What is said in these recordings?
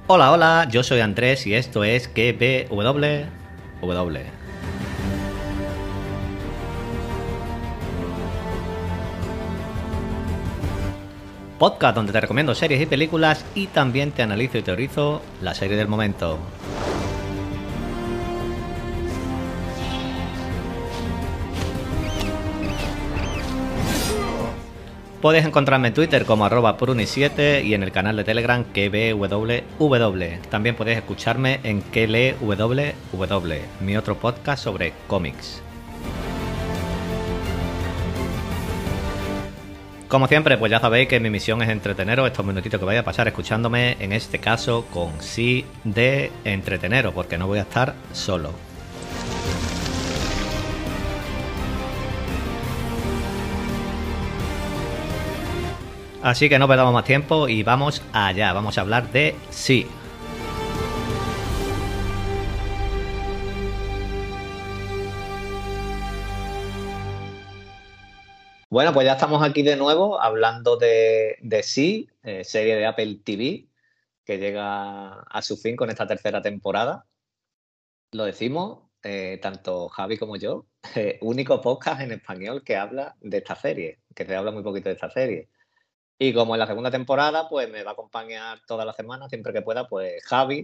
Hola, hola, yo soy Andrés y esto es GBWW. Podcast donde te recomiendo series y películas y también te analizo y teorizo la serie del momento. Puedes encontrarme en Twitter como @puruni7 y en el canal de Telegram KBWW. También puedes escucharme en KLWW, mi otro podcast sobre cómics. Como siempre, pues ya sabéis que mi misión es entreteneros estos minutitos que vais a pasar escuchándome, en este caso con sí de entreteneros, porque no voy a estar solo. Así que no perdamos más tiempo y vamos allá, vamos a hablar de sí. Bueno, pues ya estamos aquí de nuevo hablando de sí, serie de Apple TV, que llega a su fin con esta tercera temporada. Lo decimos, tanto Javi como yo, único podcast en español que habla de esta serie, que se habla muy poquito de esta serie. Y como en la segunda temporada, pues me va a acompañar toda la semana, siempre que pueda, pues Javi,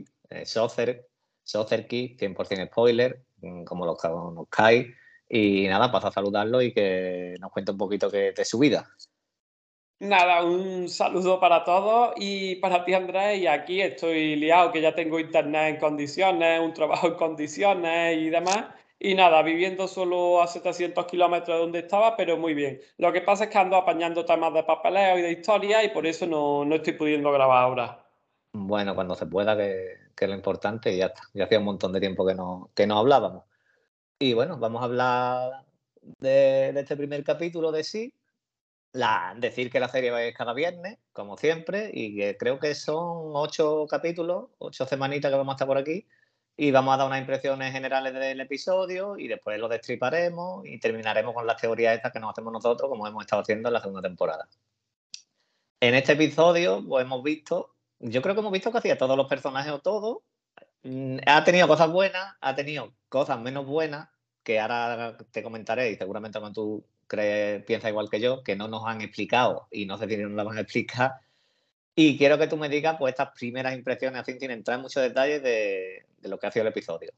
Sozerki, 100% spoiler, como los conozcáis. Y nada, paso a saludarlo y que nos cuente un poquito de su vida. Nada, un saludo para todos y para ti, Andrés. Y aquí estoy liado, que ya tengo internet en condiciones, un trabajo en condiciones y demás. Y nada, viviendo solo a 700 kilómetros de donde estaba, pero muy bien. Lo que pasa es que ando apañando temas de papeleo y de historia y por eso no estoy pudiendo grabar ahora. Bueno, cuando se pueda, que es lo importante, y ya está. Ya hacía un montón de tiempo que no hablábamos. Y bueno, vamos a hablar de este primer capítulo de sí. Decir que la serie es cada viernes, como siempre, y que creo que son 8 capítulos, 8 semanitas que vamos a estar por aquí, y vamos a dar unas impresiones generales del episodio y después lo destriparemos y terminaremos con las teorías estas que nos hacemos nosotros, como hemos estado haciendo en la segunda temporada. En este episodio, pues hemos visto, yo creo que hemos visto casi a todos los personajes o todos. Ha tenido cosas buenas, ha tenido cosas menos buenas, que ahora te comentaré y seguramente cuando tú piensas igual que yo, que no nos han explicado y no sé si nos la van a explicar. Y quiero que tú me digas pues estas primeras impresiones, así sin entrar en muchos detalles de lo que ha sido el episodio.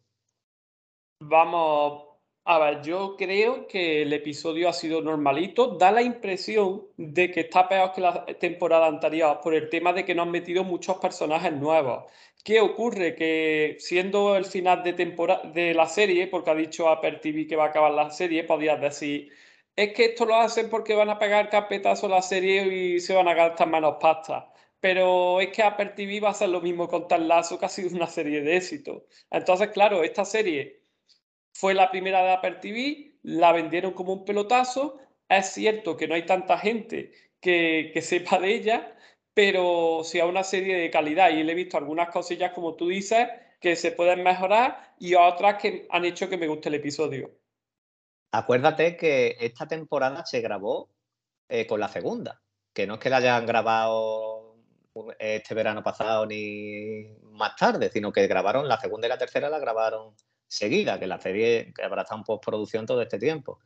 Vamos, a ver, yo creo que el episodio ha sido normalito. Da la impresión de que está peor que la temporada anterior por el tema de que nos han metido muchos personajes nuevos. ¿Qué ocurre? Que siendo el final de temporada de la serie, porque ha dicho Apple TV que va a acabar la serie, podías decir, es que esto lo hacen porque van a pegar carpetazo a la serie y se van a gastar menos pasta. Pero es que Apple TV va a hacer lo mismo con Ted Lasso, que ha sido una serie de éxito. Entonces, claro, esta serie fue la primera de Apple TV, la vendieron como un pelotazo. Es cierto que no hay tanta gente que sepa de ella, pero sí es una serie de calidad y le he visto algunas cosillas, como tú dices, que se pueden mejorar y otras que han hecho que me guste el episodio. Acuérdate que esta temporada se grabó con la segunda, que no es que la hayan grabado este verano pasado ni más tarde, sino que grabaron la segunda y la tercera la grabaron seguida, que la serie que habrá estado en postproducción todo este tiempo.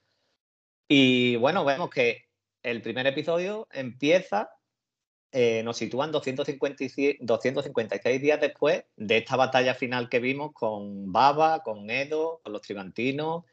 Y bueno, vemos que el primer episodio empieza, nos sitúan 256 días después de esta batalla final que vimos con Baba, con Edo, con los Tribantinos,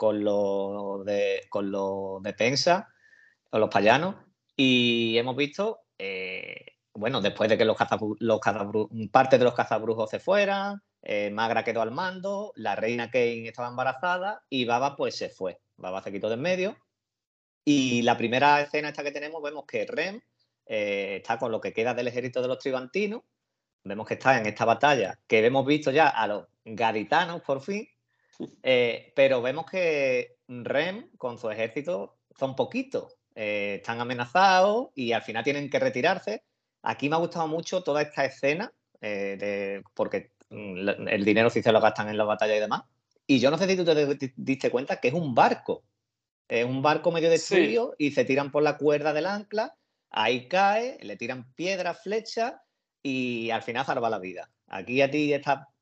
con los de Pensa, con los payanos. Y hemos visto, bueno, después de que parte de los cazabrujos se fueran, Magra quedó al mando, la reina Kane estaba embarazada y Baba pues se fue. Baba se quitó de en medio. Y la primera escena esta que tenemos, vemos que Rem está con lo que queda del ejército de los tribantinos. Vemos que está en esta batalla, que hemos visto ya a los gaditanos por fin, pero vemos que Rem con su ejército son poquitos, están amenazados y al final tienen que retirarse. Aquí me ha gustado mucho toda esta escena, porque el dinero sí se lo gastan en la batalla y demás. Y yo no sé si tú te diste cuenta que es un barco medio Sí, destruido y se tiran por la cuerda del ancla, ahí cae, le tiran piedras, flechas y al final salva la vida. Aquí a ti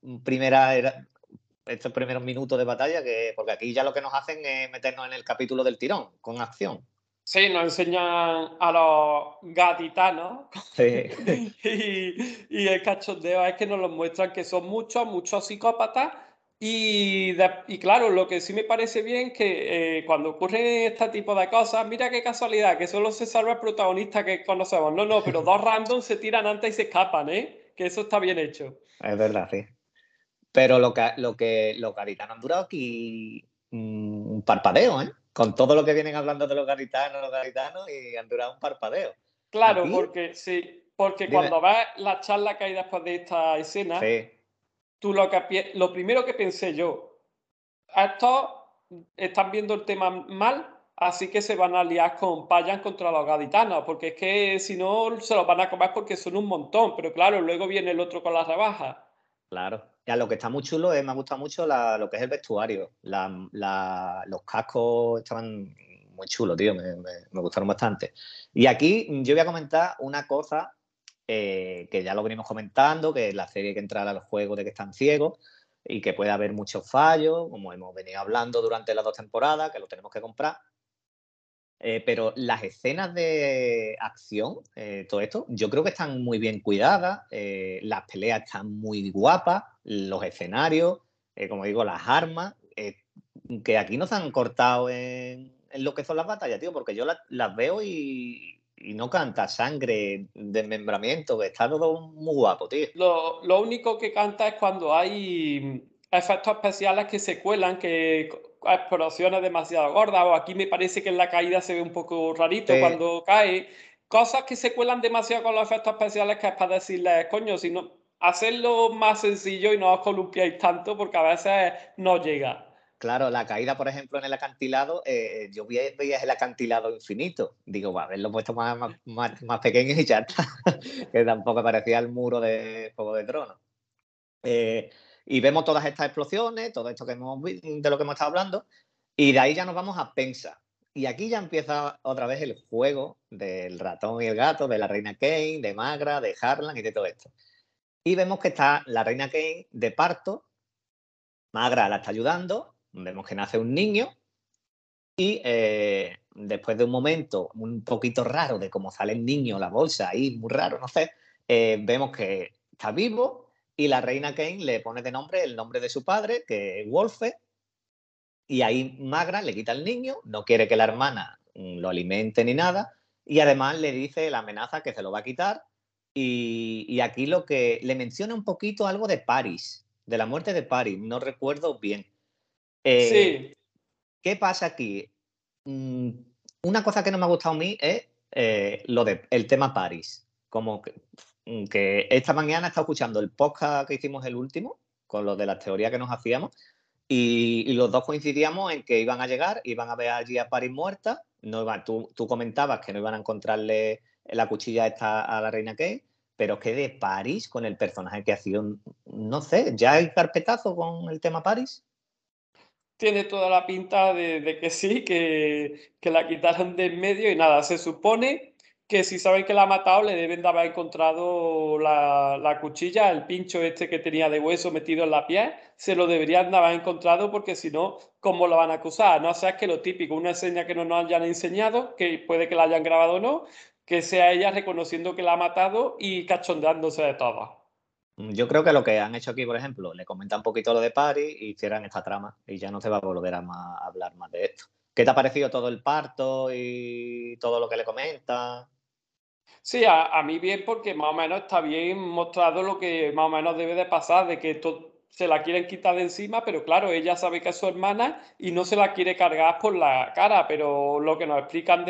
estos primeros minutos de batalla, porque aquí ya lo que nos hacen es meternos en el capítulo del tirón, con acción. Sí, nos enseñan a los gaditanos Sí, y el cachondeo es que nos los muestran que son muchos, muchos psicópatas y claro, lo que sí me parece bien que cuando ocurren este tipo de cosas, mira qué casualidad, que solo se salva el protagonista que conocemos. No, no, pero dos randoms se tiran antes y se escapan, ¿eh? Que eso está bien hecho. es verdad, sí. Pero lo que los gaditanos han durado aquí un parpadeo, ¿eh? Con todo lo que vienen hablando de los gaditanos, y han durado un parpadeo. Claro, Aquí, porque sí, porque dime, cuando ves la charla que hay después de esta escena, sí, tú lo primero que pensé yo, estos están viendo el tema mal, así que se van a liar con Payan contra los gaditanos, porque es que si no se los van a comer porque son un montón, pero claro, luego viene el otro con las rebajas. claro. Ya lo que está muy chulo me ha gustado mucho lo que es el vestuario. Los cascos estaban muy chulos, tío, me gustaron bastante. Y aquí yo voy a comentar una cosa que ya lo venimos comentando, que es la serie que entra a los juegos de que están ciegos y que puede haber muchos fallos, como hemos venido hablando durante las 2 temporadas, que lo tenemos que comprar. Pero las escenas de acción, todo esto, yo creo que están muy bien cuidadas, las peleas están muy guapas, los escenarios, como digo, las armas, que aquí no se han cortado en lo que son las batallas, tío, porque yo las veo y no canta sangre, desmembramiento, que está todo muy guapo, tío. Lo único que canta es cuando hay efectos especiales que se cuelan, que explosiones demasiado gordas, o aquí me parece que en la caída se ve un poco rarito Eh, cuando cae. Cosas que se cuelan demasiado con los efectos especiales que es para decirles, coño, si no, hacerlo más sencillo y no os columpiáis tanto porque a veces no llega. Claro, la caída, por ejemplo, en el acantilado, yo veía el acantilado infinito. Digo, va, haberlo puesto más pequeño y ya está. Que tampoco parecía el muro de Juego de Tronos. Eh, y vemos todas estas explosiones, todo esto de lo que hemos estado hablando, y de ahí ya nos vamos a Pensa. Y aquí ya empieza otra vez el juego del ratón y el gato, de la reina Kane, de Magra, de Harlan y de todo esto. Y vemos que está la reina Kane de parto, Magra la está ayudando, vemos que nace un niño y después de un momento un poquito raro de cómo sale el niño, la bolsa ahí, muy raro, no sé, vemos que está vivo y la reina Kane le pone de nombre el nombre de su padre, que es Wolfe, y ahí Magra le quita al niño, no quiere que la hermana lo alimente ni nada, y además le dice la amenaza que se lo va a quitar. Y aquí lo que le menciona un poquito algo de Paris, de la muerte de Paris, no recuerdo bien. Eh, Sí, ¿Qué pasa aquí? Mm, una cosa que no me ha gustado a mí es el tema Paris. Como que esta mañana he estado escuchando el podcast que hicimos el último, con lo de las teorías que nos hacíamos, y los dos coincidíamos en que iban a llegar, iban a ver allí a Paris muerta. No tú comentabas que no iban a encontrarle la cuchilla esta a la reina Kate, pero es que de Paris, con el personaje que ha sido, no sé, ¿ya hay carpetazo con el tema Paris? tiene toda la pinta de que sí, que la quitaron de en medio y nada, se supone que si saben que la ha matado le deben de haber encontrado la cuchilla, el pincho este que tenía de hueso metido en la piel, se lo deberían de haber encontrado porque si no, ¿cómo lo van a acusar? No sea que lo típico, una escena que no nos hayan enseñado, que puede que la hayan grabado o no, que sea ella reconociendo que la ha matado y cachondeándose de todo. Yo creo que lo que han hecho aquí, por ejemplo, le comenta un poquito lo de Paris y hicieran esta trama y ya no se va a volver a hablar más de esto. ¿Qué te ha parecido todo el parto y todo lo que le comenta? Sí, a mí bien, porque más o menos está bien mostrado lo que más o menos debe de pasar, de que se la quieren quitar de encima, pero claro, ella sabe que es su hermana y no se la quiere cargar por la cara, pero lo que nos explican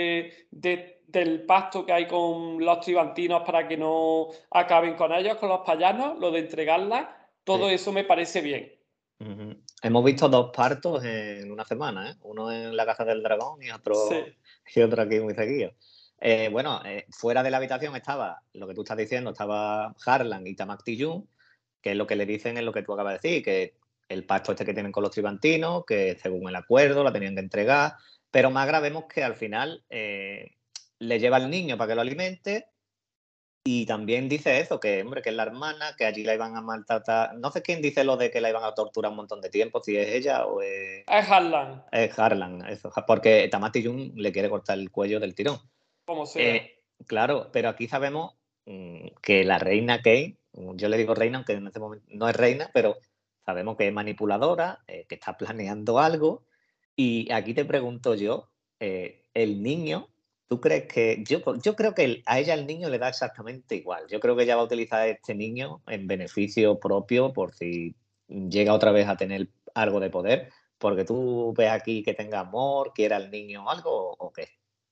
del pacto que hay con los tribantinos para que no acaben con ellos, con los payanos, lo de entregarla, todo Sí. eso me parece bien. Ujú. Hemos visto 2 partos en una semana, ¿eh? Uno en la Casa del Dragón Sí, y otro aquí muy seguido. Bueno, fuera de la habitación estaba lo que tú estás diciendo, estaba Harlan y Tamak Tijun, que es lo que le dicen, es lo que tú acabas de decir, que el pacto este que tienen con los tribantinos, que según el acuerdo la tenían que entregar, pero Magra vemos que al final le lleva al niño para que lo alimente Y también dice eso, que hombre, que es la hermana, que allí la iban a maltratar. No sé quién dice lo de que la iban a torturar un montón de tiempo, si es ella o Es Harlan, es Harlan, eso, porque Tamati Jun le quiere cortar el cuello del tirón. como sea. Claro, pero aquí sabemos que la reina Kate, yo le digo reina, aunque en este momento no es reina, pero sabemos que es manipuladora, que está planeando algo. Y aquí te pregunto yo, el niño, ¿tú crees que...? Yo creo que a ella el niño le da exactamente igual. Yo creo que ella va a utilizar a este niño en beneficio propio por si llega otra vez a tener algo de poder, porque tú ves aquí que tenga amor, quiera al niño algo o qué.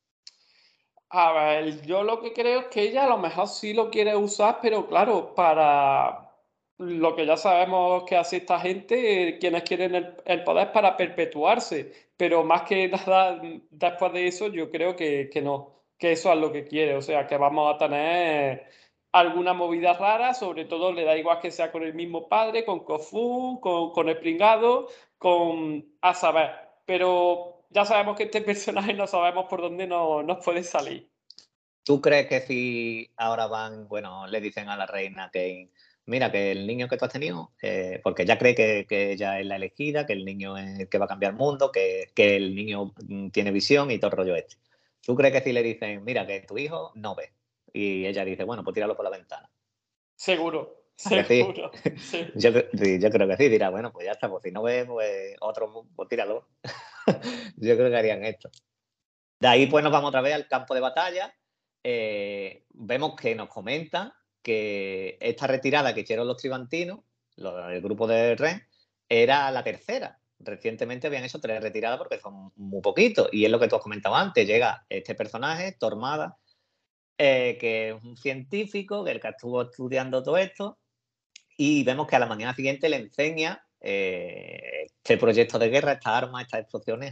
A ver, yo lo que creo es que ella a lo mejor sí lo quiere usar, pero claro, para lo que ya sabemos que hace esta gente, quienes quieren el poder para perpetuarse, pero más que nada después de eso, yo creo que no, que eso es lo que quiere, o sea, que vamos a tener alguna movida rara, sobre todo le da igual que sea con el mismo padre, con Kofu, con el pringado, con a saber, pero ya sabemos que este personaje no sabemos por dónde nos puede salir. ¿Tú crees que si ahora van, bueno, le dicen a la reina que, mira, que el niño que tú has tenido, porque ella cree que ella es la elegida, que el niño es el que va a cambiar el mundo, que el niño tiene visión y todo el rollo este? ¿Tú crees que si le dicen, mira, que tu hijo no ve? Y ella dice, bueno, pues tíralo por la ventana. Seguro, ¿A que sí? seguro, sí. Sí, yo creo que sí, dirá, bueno, pues ya está, pues si no ve, pues otro, pues tíralo. Yo creo que harían esto. De ahí pues nos vamos otra vez al campo de batalla. Vemos que nos comentan que esta retirada que hicieron los tribantinos, el grupo de Ren, era la tercera. Recientemente habían hecho 3 retiradas porque son muy poquitos. Y es lo que tú has comentado antes. Llega este personaje, Tormada, que es un científico, que el que estuvo estudiando todo esto. Y vemos que a la mañana siguiente le enseña este proyecto de guerra, estas armas, estas explosiones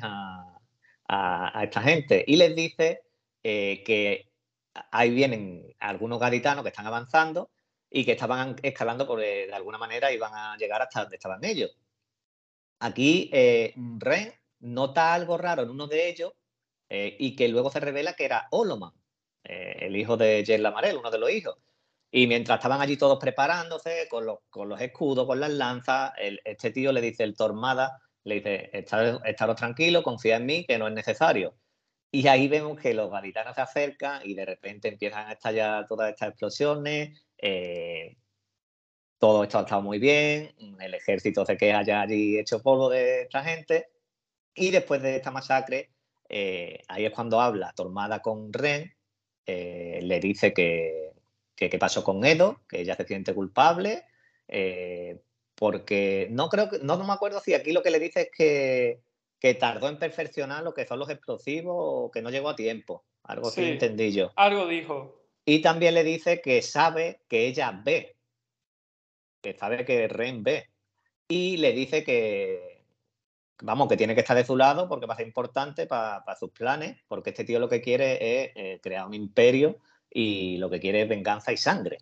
a esta gente. Y les dice que ahí vienen algunos gaditanos que están avanzando y que estaban escalando, porque de alguna manera iban a llegar hasta donde estaban ellos. Aquí Ren nota algo raro en uno de ellos y que luego se revela que era Oloman, el hijo de Jen Lamarel, uno de los hijos. Y mientras estaban allí todos preparándose, con los escudos, con las lanzas, este tío le dice, el Tormada, le dice, estaros tranquilos, confía en mí, que no es necesario. Y ahí vemos que los gaditanos se acercan y de repente empiezan a estallar todas estas explosiones. Todo esto ha estado muy bien, el ejército se queda ya allí hecho polvo de esta gente. Y después de esta masacre, ahí es cuando habla Tormada con Ren, le dice que qué pasó con Edo, que ella se siente culpable, porque no creo que, no me acuerdo si aquí lo que le dice es que tardó en perfeccionar lo que son los explosivos o que no llegó a tiempo, algo así Sí, entendí yo. algo dijo. Y también le dice que sabe que ella ve, que sabe que Ren ve, y le dice que, vamos, que tiene que estar de su lado porque va a ser importante para sus planes, porque este tío lo que quiere es crear un imperio y lo que quiere es venganza y sangre.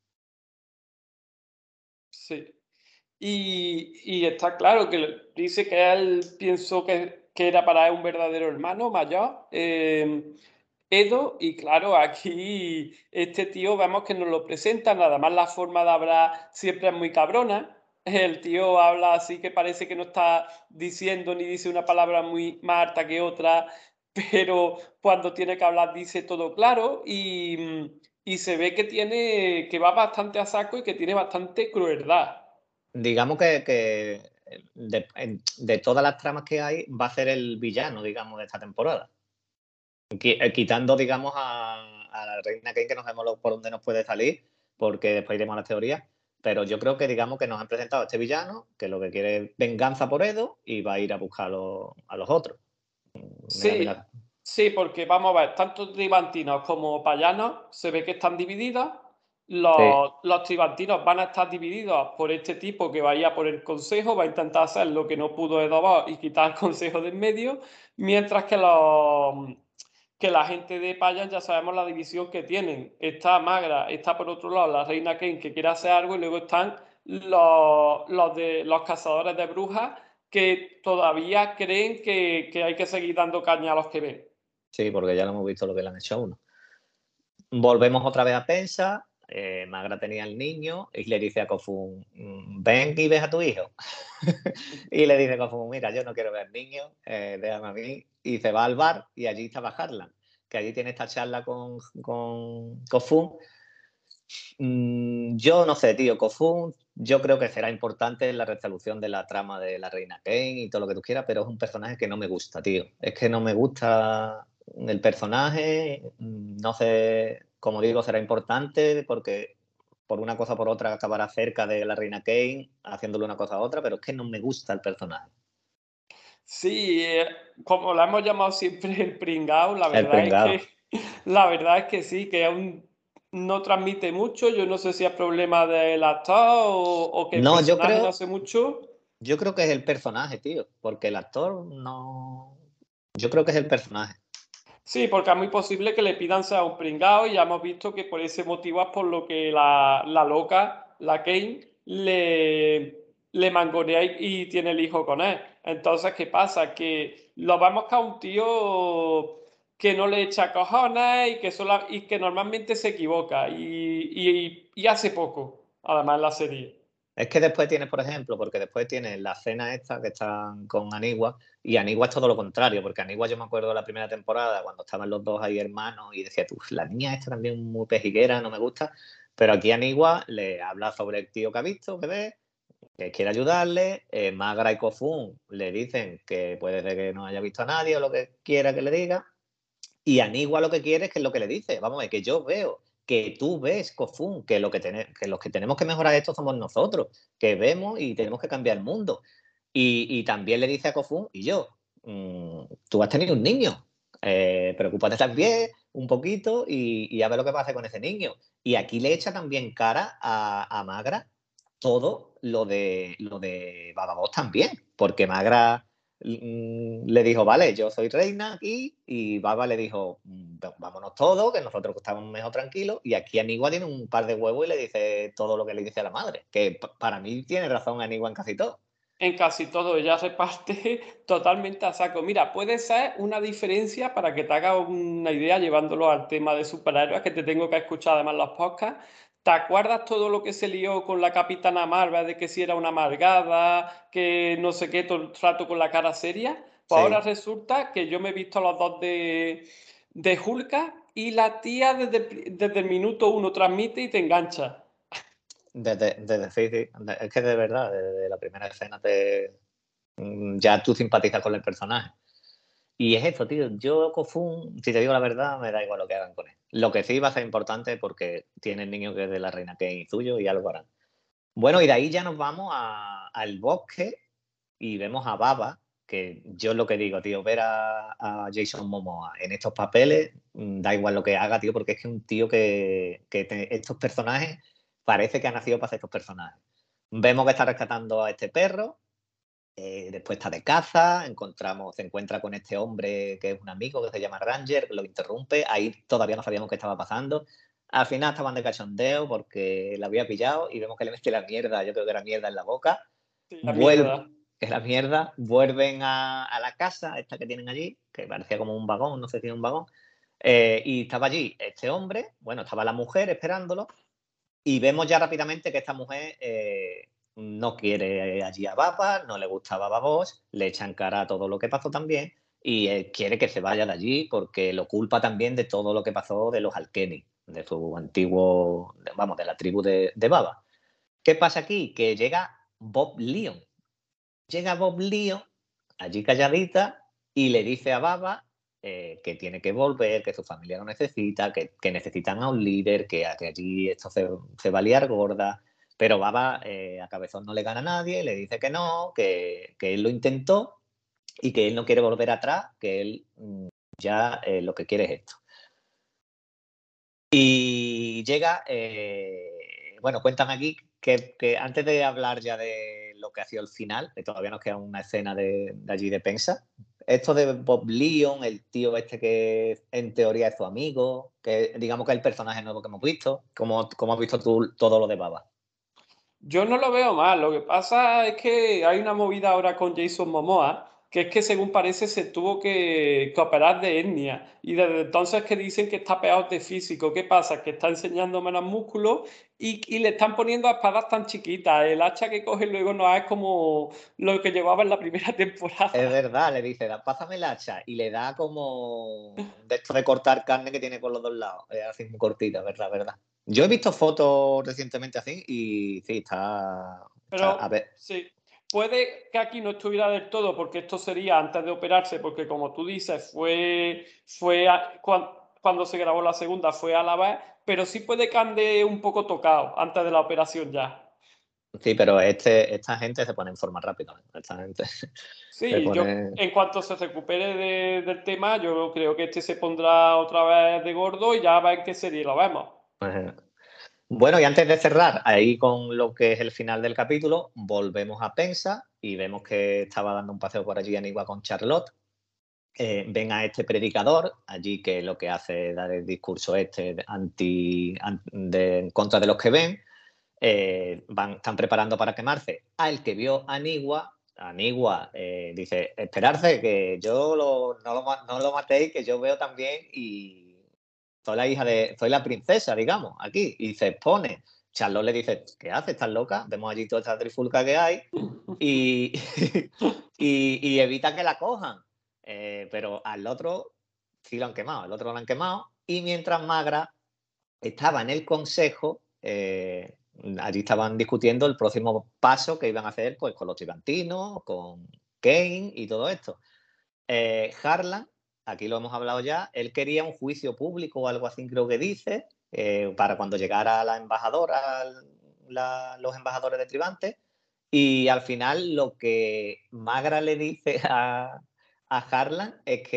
Sí. Y está claro que dice que él pensó que era para él un verdadero hermano mayor, Edo, y claro, aquí este tío vemos que nos lo presenta, nada más la forma de hablar siempre es muy cabrona. El tío habla así que parece que no está diciendo ni dice una palabra muy más harta que otra, pero cuando tiene que hablar dice todo claro y se ve que tiene, que va bastante a saco y que tiene bastante crueldad. Digamos que de todas las tramas que hay, va a ser el villano, digamos, de esta temporada. Quitando, digamos, a la Reina Kane, que no sabemos por dónde nos puede salir, porque después iremos a las teorías. Pero yo creo que, digamos, que nos han presentado a este villano, que lo que quiere es venganza por Edo y va a ir a buscar a los otros. Sí, sí, porque vamos a ver, tanto tribantinos como payanos se ve que están divididos. Sí, Los tribantinos van a estar divididos por este tipo que vaya por el consejo, va a intentar hacer lo que no pudo Edobo y quitar el consejo de en medio, mientras que la gente de Payan ya sabemos la división que tienen. Está Magra, está por otro lado la reina Kane que quiere hacer algo y luego están los cazadores de brujas que todavía creen que hay que seguir dando caña a los que ven. sí, porque ya lo hemos visto lo que le han hecho a uno. Volvemos otra vez a Pensa. Magra tenía el niño y le dice a Kofun, ven y ves a tu hijo. Y le dice Kofun, mira, yo no quiero ver niños, déjame a mí. Y se va al bar y allí estaba Harlan, que allí tiene esta charla con Kofun. Yo no sé, tío, Kofun yo creo que será importante en la resolución de la trama de la Reina Kane y todo lo que tú quieras, pero es un personaje que no me gusta, tío. Es que no me gusta el personaje, no sé, como digo, será importante porque por una cosa o por otra acabará cerca de la Reina Kane, haciéndole una cosa a otra, pero es que no me gusta el personaje. Sí, como la hemos llamado siempre el pringao, El pringao. la verdad es que sí, que aún no transmite mucho. Yo no sé si es problema del actor o que el No, personaje no hace mucho. yo creo que es el personaje, tío, porque el actor no. Yo creo que es el personaje. Sí, porque es muy posible que le pidan sea un pringao y ya hemos visto que por ese motivo es por lo que la loca, la Kane, le mangonea y tiene el hijo con él. Entonces, ¿qué pasa? Que lo vemos que a un tío que no le echa cojones y que normalmente se equivoca y hace poco, además en la serie. Es que después tienes, por ejemplo, porque después tienes la cena esta que están con Anigua, y Anigua es todo lo contrario, porque Anigua yo me acuerdo de la primera temporada cuando estaban los dos ahí hermanos y decía, tú, la niña esta también muy pejiguera, no me gusta, pero aquí Anigua le habla sobre el tío que ha visto, que ve, que quiere ayudarle, Magra y Kofun le dicen que puede ser que no haya visto a nadie o lo que quiera que le diga, y Anigua lo que quiere es que es lo que le dice, vamos a ver, que yo veo, que tú ves, Kofun, que los que tenemos que mejorar esto somos nosotros, que vemos y tenemos que cambiar el mundo. Y también le dice a Kofun, y yo, tú has tenido un niño, preocúpate también un poquito y a ver lo que pasa con ese niño. Y aquí le echa también cara a Magra todo lo de Bababos también, porque Magra le dijo, vale, yo soy reina aquí, y Baba le dijo, vámonos todos, que nosotros estamos mejor tranquilos, y aquí Anigua tiene un par de huevos y le dice todo lo que le dice a la madre, que para mí tiene razón Anigua en casi todo. En casi todo, ella reparte totalmente a saco. Mira, puede ser una diferencia para que te hagas una idea llevándolo al tema de superhéroes, que te tengo que escuchar además los podcasts. ¿Te acuerdas todo lo que se lió con la Capitana Marvel de que si era una amargada, que no sé qué, todo el trato con la cara seria? Pues ahora Sí, resulta que yo me he visto los dos de Hulka y la tía desde el minuto uno transmite y te engancha. sí, sí, es que de verdad, desde la primera escena ya tú simpatizas con el personaje. Y es eso, tío. Yo, Kofun, si te digo la verdad, me da igual lo que hagan con él. Lo que sí va a ser importante porque tiene el niño que es de la reina que es suyo y algo harán. Bueno, y de ahí ya nos vamos al bosque y vemos a Baba, que yo es lo que digo, tío, ver a Jason Momoa en estos papeles, da igual lo que haga, tío, porque es que un tío estos personajes parece que ha nacido para hacer estos personajes. Vemos que está rescatando a este perro, después está de caza, se encuentra con este hombre que es un amigo que se llama Ranger, lo interrumpe, ahí todavía no sabíamos qué estaba pasando. Al final estaban de cachondeo porque la había pillado y vemos que le mete la mierda, yo creo que era mierda en la boca. Sí, la Vuelve, mierda. era mierda, vuelven a la casa esta que tienen allí, que parecía como un vagón, no sé si era un vagón, y estaba allí este hombre, bueno, estaba la mujer esperándolo, y vemos ya rápidamente que esta mujer no quiere allí a Baba, no le gusta a Baba Boss, le echan cara a todo lo que pasó también y quiere que se vaya de allí porque lo culpa también de todo lo que pasó de los Alkeni, de su antiguo, vamos, de la tribu de Baba. ¿Qué pasa aquí? Que llega Bob Leon. Llega Bob Leon, allí calladita, y le dice a Baba que tiene que volver, que su familia lo necesita, que necesitan a un líder, que allí esto se va a liar gorda. Pero Baba a Cabezón no le gana a nadie, le dice que no, que él lo intentó y que él no quiere volver atrás, que él ya lo que quiere es esto. Y llega, bueno, cuéntame aquí que antes de hablar ya de lo que ha sido el final, que todavía nos queda una escena de allí de Pensa, esto de Bob Leon, el tío este que en teoría es tu amigo, que digamos que es el personaje nuevo que hemos visto, ¿cómo has visto tú todo lo de Baba? Yo no lo veo mal, lo que pasa es que hay una movida ahora con Jason Momoa, que es que según parece se tuvo que operar de hernia y desde entonces que dicen que está peor de físico. ¿Qué pasa? Que está enseñando menos músculo y le están poniendo espadas tan chiquitas. El hacha que coge luego no es como lo que llevaba en la primera Es temporada. verdad, le dice: "Pásame el hacha", y le da como de esto de cortar carne que tiene por los 2 lados, así muy cortita, verdad, verdad. Yo he visto fotos recientemente así y sí, está a Pero ver, sí, puede que aquí no estuviera del todo, porque esto sería antes de operarse, porque como tú dices, cuando se grabó la segunda fue a la vez, pero sí puede que ande un poco tocado antes de la operación ya. sí, pero esta gente se pone en forma rápido, esta gente se Sí, yo pone en cuanto se recupere del tema, yo creo que este se pondrá otra vez de gordo y ya va en qué serie lo vemos. eh, bueno, y antes de cerrar ahí con lo que es el final del capítulo, volvemos a Pensa y vemos que estaba dando un paseo por allí Anigua con Charlotte. Ven a este predicador allí que lo que hace es dar el discurso este en contra de los que ven. Están preparando para quemarse. Al que vio a Anigua dice: esperarse, que no lo matéis, que yo veo también y soy la princesa, digamos, aquí. Y se expone. Charlotte le dice: ¿qué haces? ¿Estás loca? Vemos allí toda esta trifulca que hay y, y evita que la cojan. Pero al otro sí lo han quemado, al otro lo han quemado. Y mientras Magra estaba en el consejo, allí estaban discutiendo el próximo paso que iban a hacer pues, con los gigantinos, con Kane y todo esto. Harlan, aquí lo hemos hablado ya, él quería un juicio público o algo así, creo que dice, para cuando llegara la embajadora, los embajadores de Tribante. Y al final lo que Magra le dice a Harlan es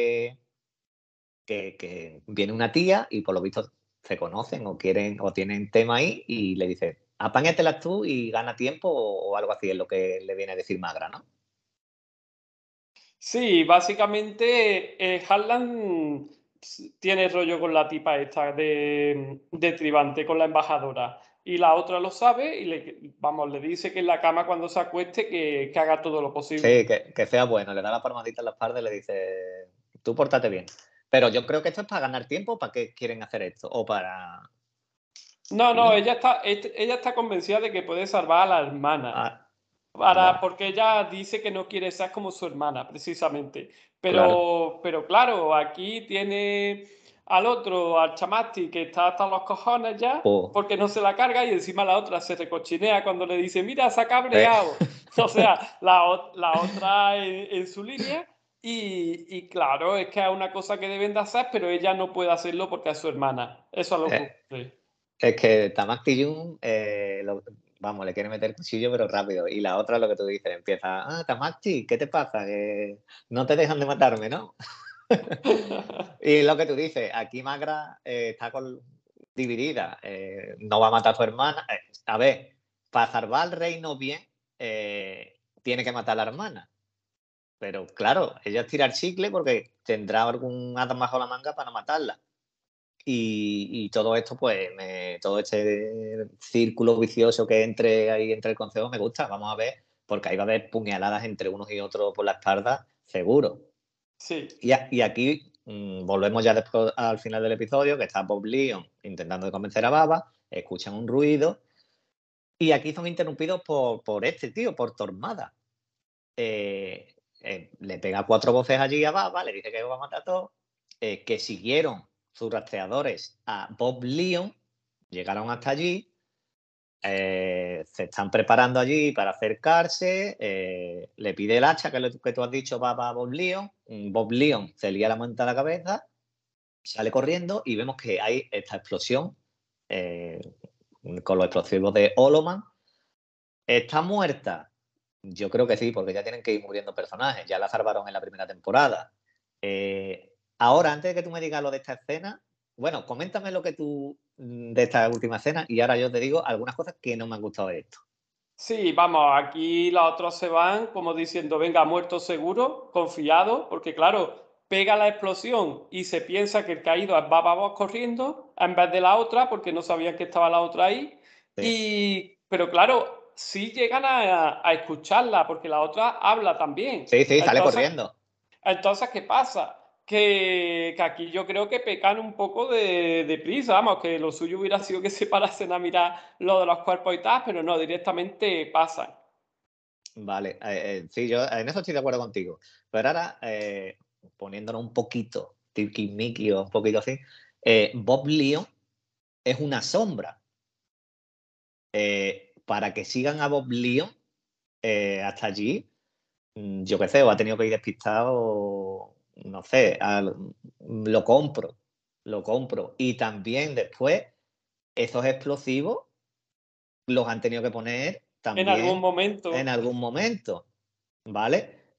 que viene una tía y por lo visto se conocen o quieren o tienen tema ahí y le dice: apáñatelas tú y gana tiempo o algo así es lo que le viene a decir Magra, ¿no? Sí, básicamente Harlan tiene rollo con la tipa esta de Tribante, con la embajadora. Y la otra lo sabe y le dice que en la cama cuando se acueste que haga todo lo posible. Sí, que sea bueno, le da la palmadita en la espalda y le dice: tú pórtate bien. Pero yo creo que esto es para ganar tiempo, ¿para qué quieren hacer esto? O para... No, no, Sí, ella está convencida de que puede salvar a la hermana. ah, ya, Porque ella dice que no quiere ser como su hermana, precisamente. claro. Pero claro, aquí tiene al otro, al Chamasti, que está hasta los cojones ya, Pues, porque no se la carga, y encima la otra se recochinea cuando le dice, mira, se ha eh, cabreado. O sea, la otra en su línea, y claro, es que es una cosa que deben de hacer, pero ella no puede hacerlo porque es su hermana. Eso es lo que eh, ocurre. es que Tamaki Jun, vamos, le quiere meter cuchillo, pero rápido. Y la otra, lo que tú dices, empieza: Tamaki, ¿qué te pasa? Que no te dejan de matarme, ¿no? Y lo que tú dices, aquí Magra dividida, no va a matar a su hermana. A ver, para salvar al reino bien, tiene que matar a la hermana. Pero claro, ella tira el chicle porque tendrá algún as bajo la manga para no matarla. Y todo esto, pues, todo este círculo vicioso que entre ahí entre el consejo me gusta. Vamos a ver, porque ahí va a haber puñaladas entre unos y otros por la espalda, seguro. Sí. Y aquí volvemos ya después al final del episodio, que está Bob Leon intentando de convencer a Baba, escuchan un ruido y aquí son interrumpidos por este tío, por Tormada. Le pega 4 voces allí a Baba, le dice que va a matar a todos, que siguieron sus rastreadores a Bob Leon, llegaron hasta allí, se están preparando allí para acercarse, le pide el hacha, que es lo que tú has dicho, Baba a Bob Leon. Bob Leon se lía la manta a la cabeza, sale corriendo y vemos que hay esta explosión eh, con los explosivos de Holoman. ¿Está muerta? Yo creo que sí, porque ya tienen que ir muriendo personajes. Ya la salvaron en la primera temporada. Ahora, antes de que tú me digas lo de esta escena, bueno, coméntame lo que tú de esta última escena y ahora yo te digo algunas cosas que no me han gustado de esto. Sí, vamos, aquí los otros se van como diciendo, venga, muerto seguro, confiado, porque claro, pega la explosión y se piensa que el caído es Bababos corriendo en vez de la otra, porque no sabían que estaba la otra ahí. Sí. Pero claro, sí llegan a escucharla, porque la otra habla también. Sí, sí, sale Entonces, corriendo. ¿qué pasa? Que aquí yo creo que pecan un poco de prisa, vamos, que lo suyo hubiera sido que se parasen a mirar lo de los cuerpos y tal, pero no, directamente pasan. Vale, sí, yo en eso estoy de acuerdo contigo. Pero ahora, poniéndonos un poquito, tiquismiqui o un poquito así, Bob Lyon es una sombra. Para que sigan a Bob Lyon hasta allí, yo qué sé, o ha tenido que ir despistado, o no sé, lo compro, lo compro. Y también después, esos explosivos los han tenido que poner En algún también en momento. algún momento, ¿vale?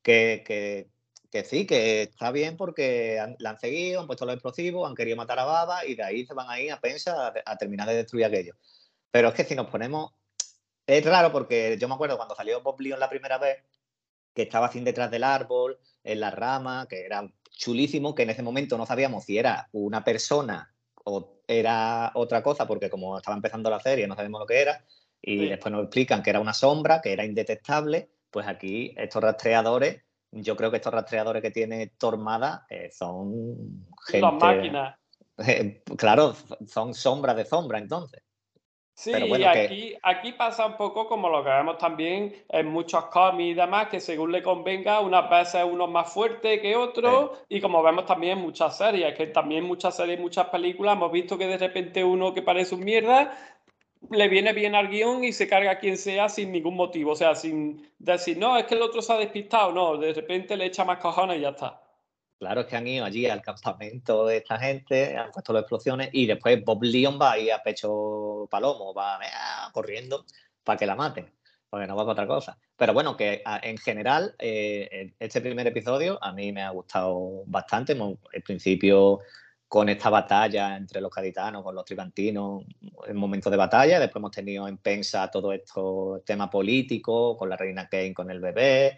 Que sí, que está bien porque la han seguido, han puesto los explosivos, han querido matar a Baba y de ahí se van a ir a Pensa a terminar de destruir aquello. Pero es que si nos ponemos. Es raro porque yo me acuerdo cuando salió Bob Lyon la primera vez, que estaba así detrás del árbol, en la rama, que era chulísimo, que en ese momento no sabíamos si era una persona o era otra cosa, porque como estaba empezando la serie no sabemos lo que era, y Sí. después nos explican que era una sombra, que era indetectable, pues aquí estos rastreadores, yo creo que estos rastreadores que tiene Tormada son Las gente, máquinas. claro, son sombras de sombra entonces. Pero Sí, bueno, que aquí pasa un poco como lo que vemos también en muchos cómics y demás, que según le convenga, unas veces uno es más fuerte que otro, y como vemos también en muchas series, que también muchas series, muchas películas, hemos visto que de repente uno que parece un mierda, le viene bien al guión y se carga a quien sea sin ningún motivo, o sea, sin decir, no, es que el otro se ha despistado, no, de repente le echa más cojones y ya está. claro, es que han ido allí al campamento de esta gente, han puesto las explosiones y después Bob Lyon va ahí a pecho palomo, va corriendo para que la maten, porque no va para otra cosa. Pero bueno, que en general este primer episodio a mí me ha gustado bastante. El principio con esta batalla entre los gaditanos, con los tribantinos, el momento de batalla. Después hemos tenido en Pensa todo esto tema político, con la reina Kane, con el bebé,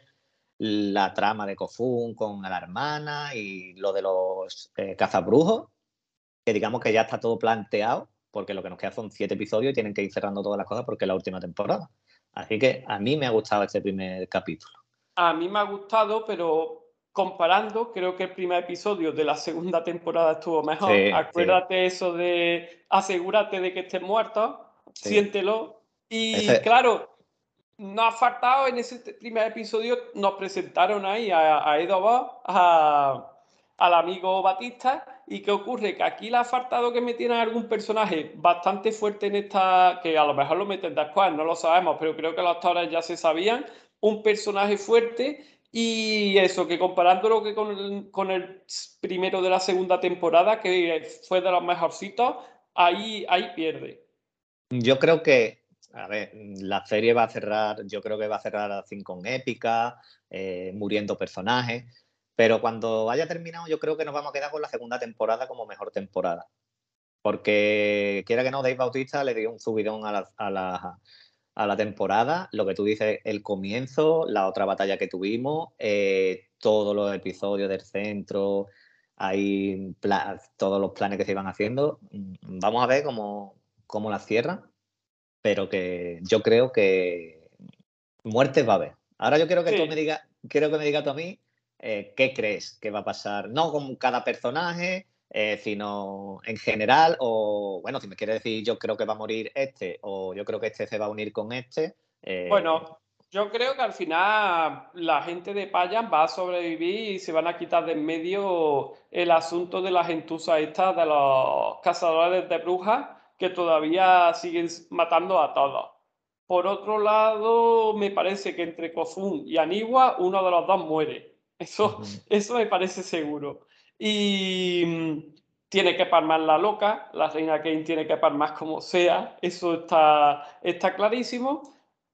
la trama de Kofun con la hermana y lo de los cazabrujos, que digamos que ya está todo planteado, porque lo que nos queda son 7 episodios y tienen que ir cerrando todas las cosas porque es la última temporada. Así que a mí me ha gustado este primer capítulo. A mí me ha gustado, pero comparando, creo que el primer episodio de la segunda temporada estuvo mejor. Sí, sí, Acuérdate eso de asegúrate de que estés muerto, sí. siéntelo. Y Ese, claro, nos ha faltado en ese primer episodio, nos presentaron ahí a Edo Boss, al amigo Batista. ¿Y qué ocurre? Que aquí le ha faltado que metieran algún personaje bastante fuerte en esta, que a lo mejor lo meten después, no lo sabemos, pero creo que los actores ya se sabían, un personaje fuerte. Y eso, que comparándolo que con el primero de la segunda temporada, que fue de los mejorcitos, ahí pierde. yo creo que, a ver, la serie va a cerrar, yo creo que va a cerrar así con épica, muriendo personajes, pero cuando haya terminado yo creo que nos vamos a quedar con la segunda temporada como mejor temporada. Porque quiera que no, Dave Bautista le dio un subidón a la temporada. Lo que tú dices, el comienzo, la otra batalla que tuvimos, todos los episodios del centro, hay todos los planes que se iban haciendo. Vamos a ver cómo las cierran, pero que yo creo que muertes va a haber. Ahora yo quiero que tú me Sí. digas, quiero que me digas tú a mí qué crees que va a pasar, no con cada personaje, sino en general, o bueno, si me quieres decir yo creo que va a morir este, o yo creo que este se va a unir con este. Bueno, yo creo que al final la gente de Payan va a sobrevivir y se van a quitar de en medio el asunto de la gentuza esta, de los cazadores de brujas, que todavía siguen matando a todos. Por otro lado, me parece que entre Kofun y Anigua, uno de los dos muere. Eso, Ujú. eso me parece seguro. Y tiene que palmar la loca, la reina Kane tiene que palmar como sea, eso está clarísimo.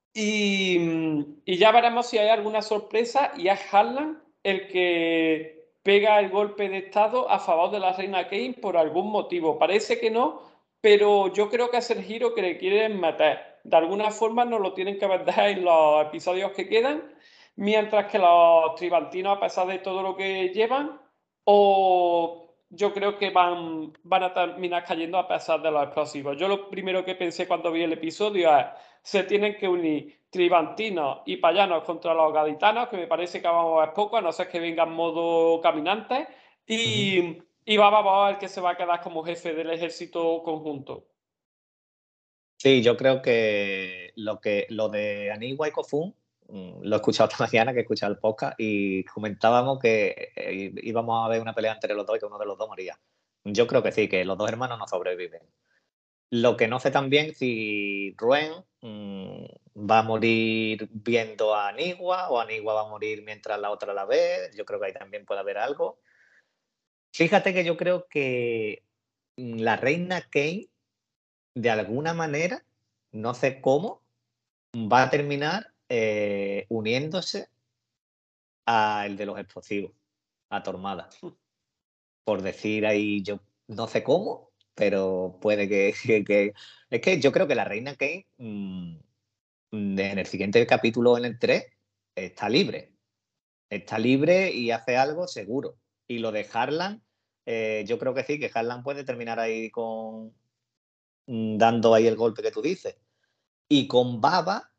Y ya veremos si hay alguna sorpresa y es Harlan el que pega el golpe de estado a favor de la reina Kane por algún motivo. Parece que no, pero yo creo que es el giro que le quieren meter. De alguna forma nos lo tienen que vender en los episodios que quedan, mientras que los tribantinos, a pesar de todo lo que llevan, o yo creo que van a terminar cayendo a pesar de los explosivos. Yo lo primero que pensé cuando vi el episodio es se tienen que unir tribantinos y payanos contra los gaditanos, que me parece que vamos a ver poco, a no ser que vengan modo caminantes, y Baba va a ver que se va a quedar como jefe del ejército conjunto. Sí, yo creo que lo de Anigua y Kofun lo he escuchado esta mañana, que he escuchado el podcast, y comentábamos que íbamos a ver una pelea entre los dos y que uno de los dos moría. Yo creo que sí, que los dos hermanos no sobreviven. Lo que no sé también si Ruen va a morir viendo a Anigua o Anigua va a morir mientras la otra la ve. Yo creo que ahí también puede haber algo. Fíjate que yo creo que la reina Kane, de alguna manera, no sé cómo, va a terminar uniéndose al de los explosivos, a Tormada. Por decir ahí, yo no sé cómo, pero puede que, Es que yo creo que la reina Kane en el siguiente capítulo, en el 3, está libre. Está libre y hace algo seguro. Y lo de Harlan, yo creo que sí, que Harlan puede terminar ahí con dando ahí el golpe que tú dices. Y con Baba,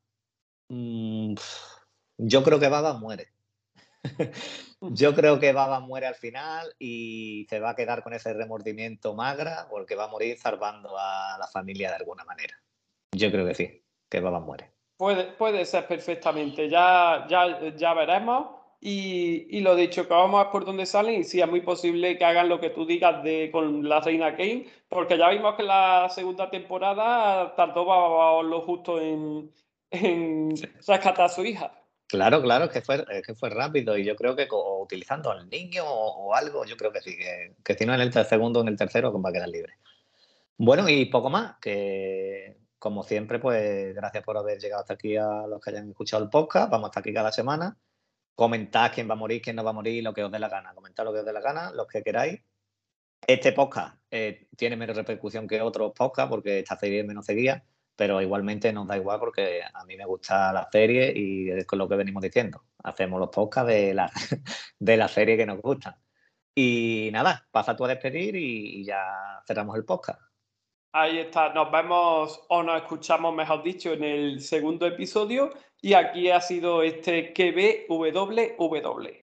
yo creo que Baba muere. Yo creo que Baba muere al final y se va a quedar con ese remordimiento magra porque va a morir salvando a la familia de alguna manera. Yo creo que sí, que Baba muere. Puede ser perfectamente, ya veremos. Y lo dicho, que vamos a ver por dónde salen y sí, es muy posible que hagan lo que tú digas con la reina Kane, porque ya vimos que la segunda temporada tardó lo justo en rescatar a su hija. Claro, claro, es que fue rápido y yo creo que utilizando al niño o algo, yo creo que sí, que si no en el segundo o en el tercero va a quedar libre. Bueno, y poco más, que como siempre, pues gracias por haber llegado hasta aquí a los que hayan escuchado el podcast. Vamos hasta aquí cada semana. Comentad quién va a morir, quién no va a morir, lo que os dé la gana. Comentad lo que os dé la gana, los que queráis. Este podcast tiene menos repercusión que otros podcasts porque esta serie es menos seguida, pero igualmente nos da igual porque a mí me gusta la serie y es con lo que venimos diciendo. Hacemos los podcasts de la serie que nos gustan. Y nada, pasa tú a despedir y ya cerramos el podcast. Ahí está, nos vemos o nos escuchamos, mejor dicho, en el segundo episodio y aquí ha sido este QBWW.